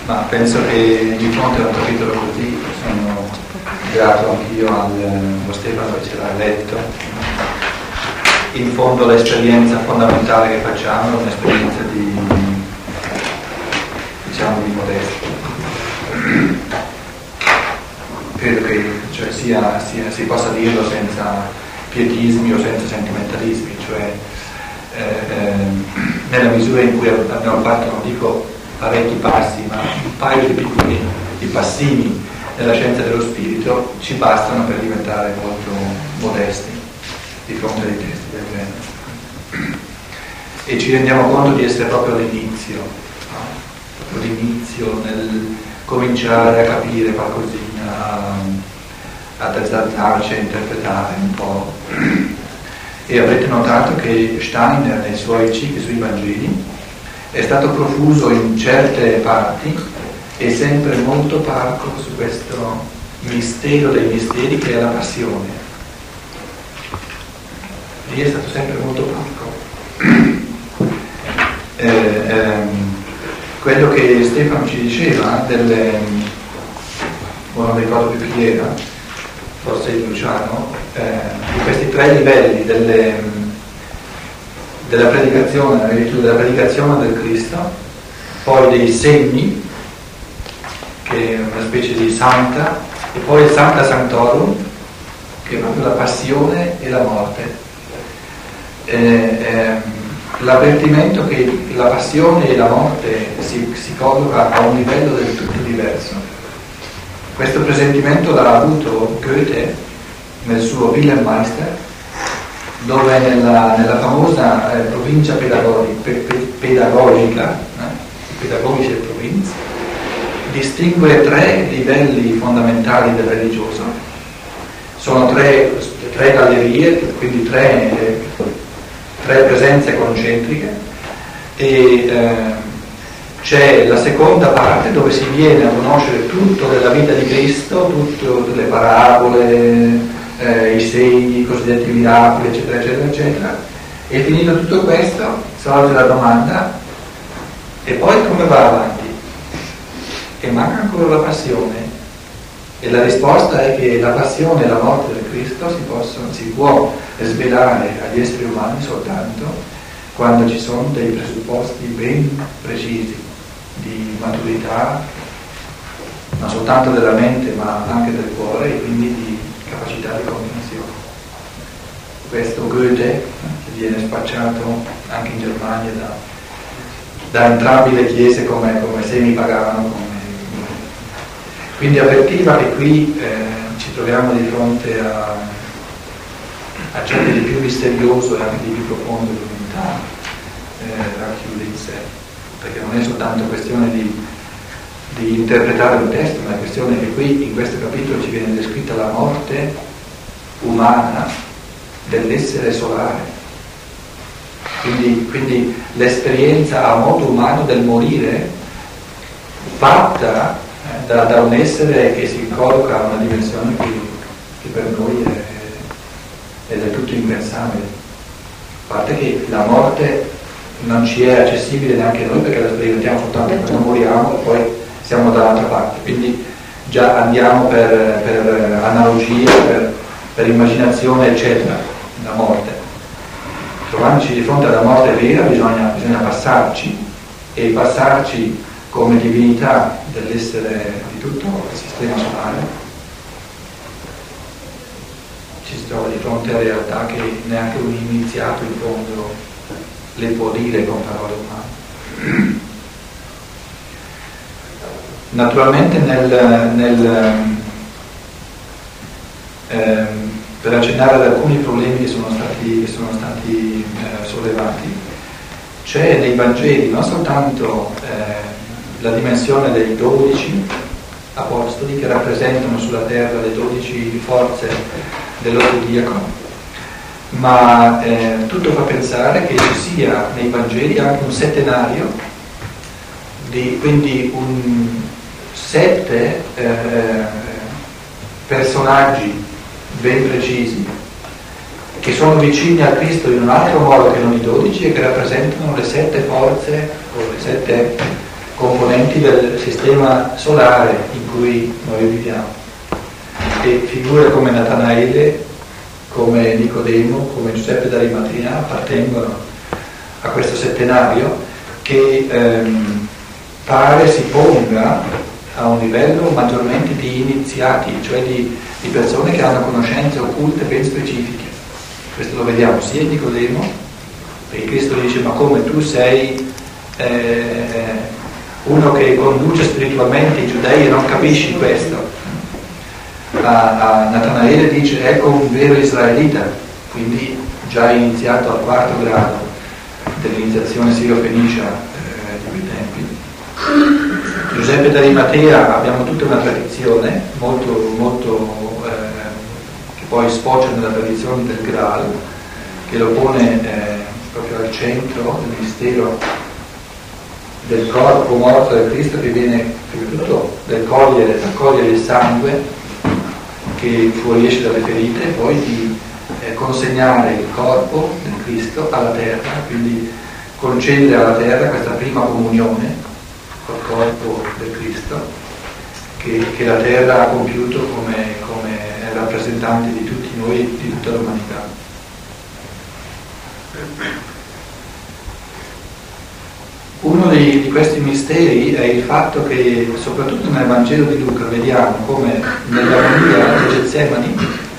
Ma penso che di fronte a un capitolo così sono grato anch'io allo Stefano che ce l'ha letto. In fondo l'esperienza fondamentale che facciamo è un'esperienza di modestia. Credo che si possa dirlo senza pietismi o senza sentimentalismi, cioè nella misura in cui abbiamo fatto, non dico parecchi passi, ma un paio di piccoli passini nella scienza dello spirito ci bastano per diventare molto modesti di fronte ai testi del genere. E ci rendiamo conto di essere proprio all'inizio, no? All'inizio nel cominciare a capire qualcosina, ad azzardarci, a interpretare un po'. E avrete notato che Steiner nei suoi cicli sui Vangeli è stato profuso in certe parti e sempre molto parco su questo mistero dei misteri che è la passione. Lì è stato sempre molto parco. Quello che Stefano ci diceva non ricordo più chi era, forse il Luciano, di questi tre livelli della predicazione, nella virtù della predicazione del Cristo, poi dei segni, che è una specie di santa, e poi il Sancta Sanctorum, che è proprio la passione e la morte. L'avvertimento che la passione e la morte si colloca a un livello del tutto diverso. Questo presentimento l'ha avuto Goethe nel suo Wilhelmeister, dove nella famosa provincia pedagogica, pedagogische Provinz, distingue tre livelli fondamentali del religioso. Sono tre gallerie, quindi tre presenze concentriche, e c'è la seconda parte dove si viene a conoscere tutto della vita di Cristo, tutte le parabole, i segni, i cosiddetti miracoli, eccetera, eccetera, eccetera. E finito tutto questo, sorge la domanda: e poi come va avanti? E manca ancora la passione. E la risposta è che la passione e la morte del Cristo si può svelare agli esseri umani soltanto quando ci sono dei presupposti ben precisi di maturità, non soltanto della mente ma anche del cuore, e quindi di capacità di comprensione. Questo Goethe, che viene spacciato anche in Germania da entrambe le chiese come semi-pagano, quindi avvertiva che qui ci troviamo di fronte a ciò che di più misterioso e anche di più profondo l'umanità racchiude in sé, perché non è soltanto questione di interpretare un testo, ma è questione che qui in questo capitolo ci viene descritta la morte umana dell'essere solare, quindi l'esperienza a modo umano del morire fatta da un essere che si colloca a una dimensione che per noi è del tutto impensabile. A parte che la morte non ci è accessibile neanche noi, perché la sperimentiamo soltanto quando moriamo e poi siamo dall'altra parte, quindi già andiamo per analogia, per immaginazione, eccetera, la morte. Trovandoci di fronte alla morte vera bisogna passarci, e passarci come divinità dell'essere di tutto il sistema solare. Ci si trova di fronte a realtà che neanche un iniziato in fondo le può dire con parole umane. Naturalmente per accennare ad alcuni problemi che sono stati sollevati, c'è nei Vangeli non soltanto la dimensione dei 12 apostoli che rappresentano sulla terra le 12 forze dello zodiaco, ma tutto fa pensare che ci sia nei Vangeli anche un settenario, quindi 7 personaggi ben precisi che sono vicini a Cristo in un altro modo che non i 12 e che rappresentano le 7 forze o le 7 componenti del sistema solare in cui noi viviamo. E figure come Natanaele, come Nicodemo, come Giuseppe d'Arimatea appartengono a questo settenario che pare si ponga a un livello maggiormente di iniziati, cioè di persone che hanno conoscenze occulte ben specifiche. Questo lo vediamo sia in Nicodemo, perché Cristo dice: ma come tu sei uno che conduce spiritualmente i giudei e non capisci questo? A Natanaele dice: ecco un vero israelita, quindi già iniziato al 4° grado dell'iniziazione sirio-fenicia di quei tempi. Giuseppe d'Arimatea, abbiamo tutta una tradizione molto che poi sfocia nella tradizione del Graal, che lo pone proprio al centro del mistero del corpo morto del Cristo, che viene prima di tutto raccogliere il sangue che fuoriesce dalle ferite, e poi di consegnare il corpo del Cristo alla terra, quindi concedere alla terra questa prima comunione col corpo del Cristo che la terra ha compiuto come rappresentante di tutti noi, di tutta l'umanità. Uno di questi misteri è il fatto che, soprattutto nel Vangelo di Luca, vediamo come nell'agonia di Getsemani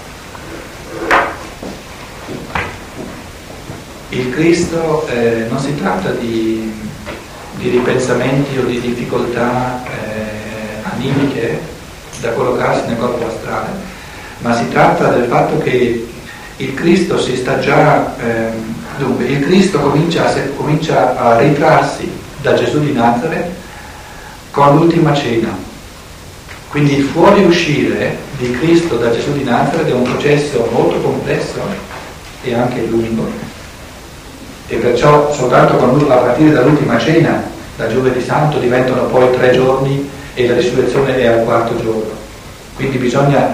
il Cristo non si tratta di ripensamenti o di difficoltà animiche da collocarsi nel corpo astrale, ma si tratta del fatto che il Cristo si sta già dunque il Cristo comincia a ritrarsi da Gesù di Nazareth con l'ultima cena. Quindi il fuoriuscire di Cristo da Gesù di Nazareth è un processo molto complesso e anche lungo, e perciò soltanto a partire dall'ultima cena, da giovedì santo, diventano poi 3 giorni e la risurrezione è al 4° giorno. Quindi bisogna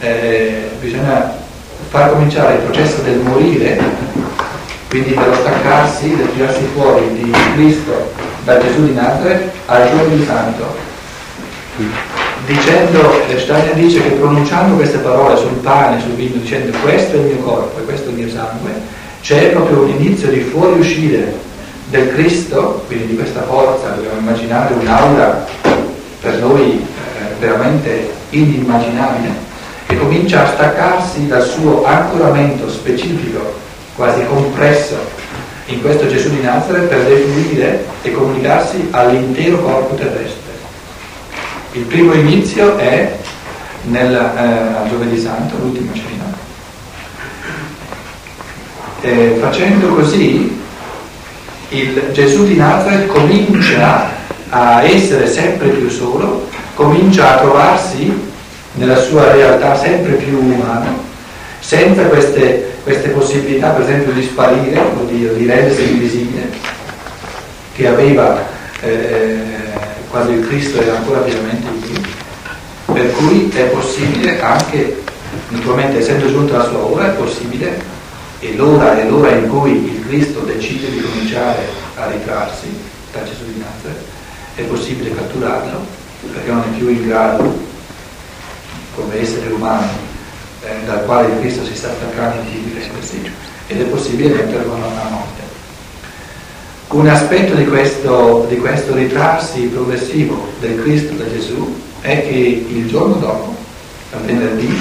far cominciare il processo del morire, quindi dello staccarsi, del tirarsi fuori di Cristo da Gesù di Nazareth al giovedì santo, dicendo, Steiner dice che pronunciando queste parole sul pane, sul vino, dicendo questo è il mio corpo e questo è il mio sangue, c'è proprio un inizio di fuoriuscire del Cristo, quindi di questa forza. Dobbiamo immaginare un'aura per noi veramente inimmaginabile, che comincia a staccarsi dal suo ancoramento specifico, quasi compresso in questo Gesù di Nazareth, per defluire e comunicarsi all'intero corpo terrestre. Il primo inizio è al giovedì santo, l'ultima cena. Facendo così, il Gesù di Nazareth comincia a essere sempre più solo, comincia a trovarsi nella sua realtà sempre più umana, senza queste possibilità, per esempio, di sparire o di rendersi invisibile, che aveva quando il Cristo era ancora pienamente in lui. Per cui è possibile anche, naturalmente essendo giunta la sua ora, è possibile, e l'ora è l'ora in cui il Cristo decide di cominciare a ritrarsi da Gesù di Nazareth, è possibile catturarlo, perché non è più in grado, come essere umano, dal quale il Cristo si sta attaccando di difendersi, ed è possibile metterlo a morte. Un aspetto di questo ritrarsi progressivo del Cristo da Gesù è che il giorno dopo, al venerdì,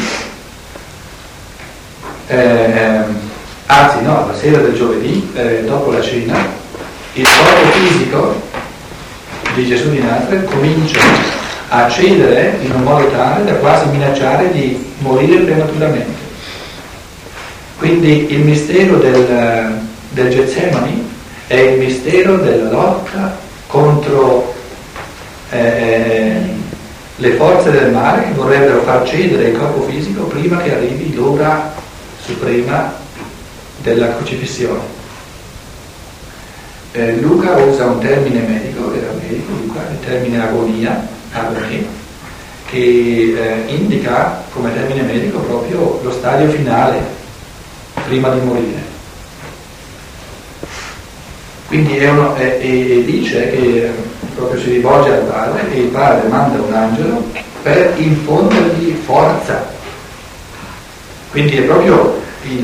la sera del giovedì, dopo la cena, il corpo fisico di Gesù di Nazareth comincia a cedere in un modo tale da quasi minacciare di morire prematuramente. Quindi il mistero del Getsemani è il mistero della lotta contro le forze del male che vorrebbero far cedere il corpo fisico prima che arrivi l'ora suprema della crocifissione. Luca usa un termine medico, era medico Luca, il termine agonia, che indica come termine medico proprio lo stadio finale prima di morire. Quindi dice che proprio si rivolge al padre e il padre manda un angelo per infondergli forza. Quindi è proprio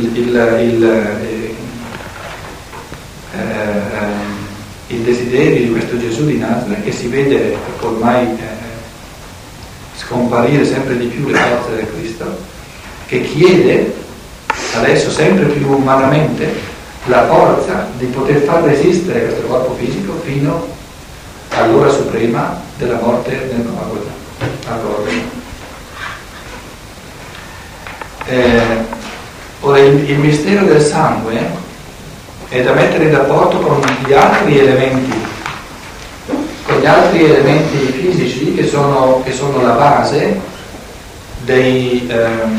il desiderio di questo Gesù di Nazareth, che si vede ormai scomparire sempre di più le forze del Cristo, che chiede adesso sempre più umanamente la forza di poter far resistere questo corpo fisico fino all'ora suprema della morte nel Golgota. Ora il mistero del sangue è da mettere in rapporto con gli altri elementi fisici che sono la base dei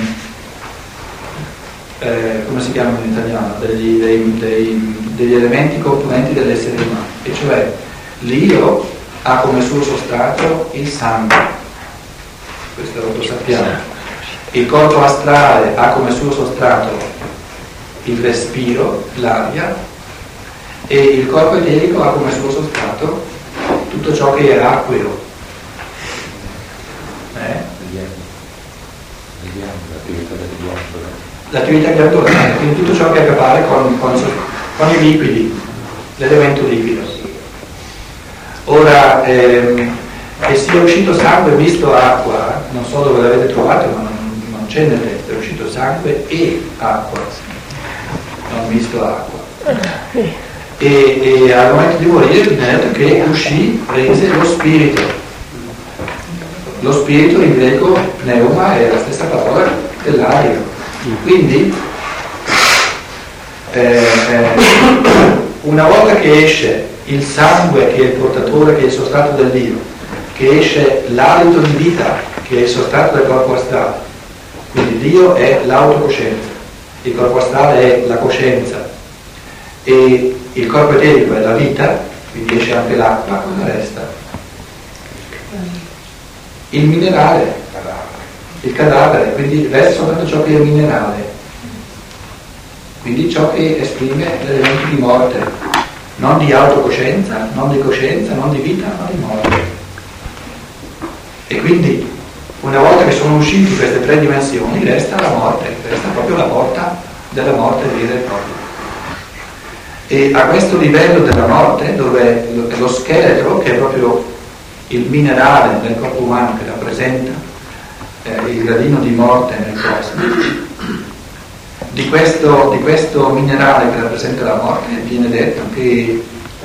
come si chiamano in italiano, degli elementi componenti dell'essere umano, e cioè l'io ha come suo sostrato il sangue, questo lo sappiamo. Il corpo astrale ha come suo sostrato il respiro, l'aria, e il corpo eterico ha come suo sostrato tutto ciò che è acqueo. L'attività ghiandolare, quindi tutto ciò che ha a che fare con i liquidi, l'elemento liquido. Ora, che sia uscito sangue visto acqua, non so dove l'avete trovato, ma non c'è nel testo, è uscito sangue e acqua, non visto acqua. E al momento di morire viene detto che uscì, prese lo spirito. Lo spirito in greco pneuma è la stessa parola dell'aria. Quindi una volta che esce il sangue, che è il portatore, che è il sostrato del Dio, che esce l'alito di vita, che è il sostrato del corpo astrale, quindi Dio è l'autocoscienza, il corpo astrale è la coscienza e il corpo eterico è la vita, quindi esce anche l'acqua, cosa resta? Il minerale, il cadavere, quindi resta soltanto ciò che è minerale, quindi ciò che esprime l'elemento di morte, non di autocoscienza, non di coscienza, non di vita, ma di morte. E quindi una volta che sono usciti queste tre dimensioni resta la morte, resta proprio la porta della morte vera e propria. E a questo livello della morte, dove lo scheletro, che è proprio il minerale del corpo umano che rappresenta il gradino di morte nel cosmo, di questo minerale che rappresenta la morte viene detto che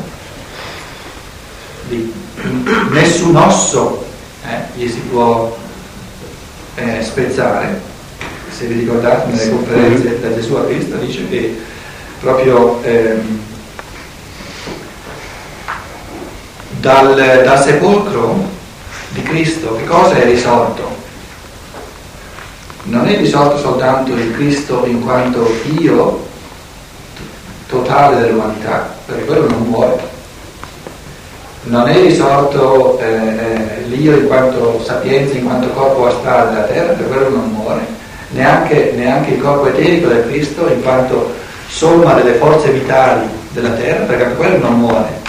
nessun osso gli si può spezzare. Se vi ricordate nelle conferenze da Gesù a Cristo dice che proprio dal sepolcro di Cristo che cosa è risorto? Non è risorto soltanto il Cristo in quanto Dio totale dell'umanità, perché quello non muore. Non è risorto l'Io in quanto sapienza, in quanto corpo astrale della terra, perché quello non muore. Neanche il corpo eterico del Cristo in quanto somma delle forze vitali della terra, perché anche quello non muore.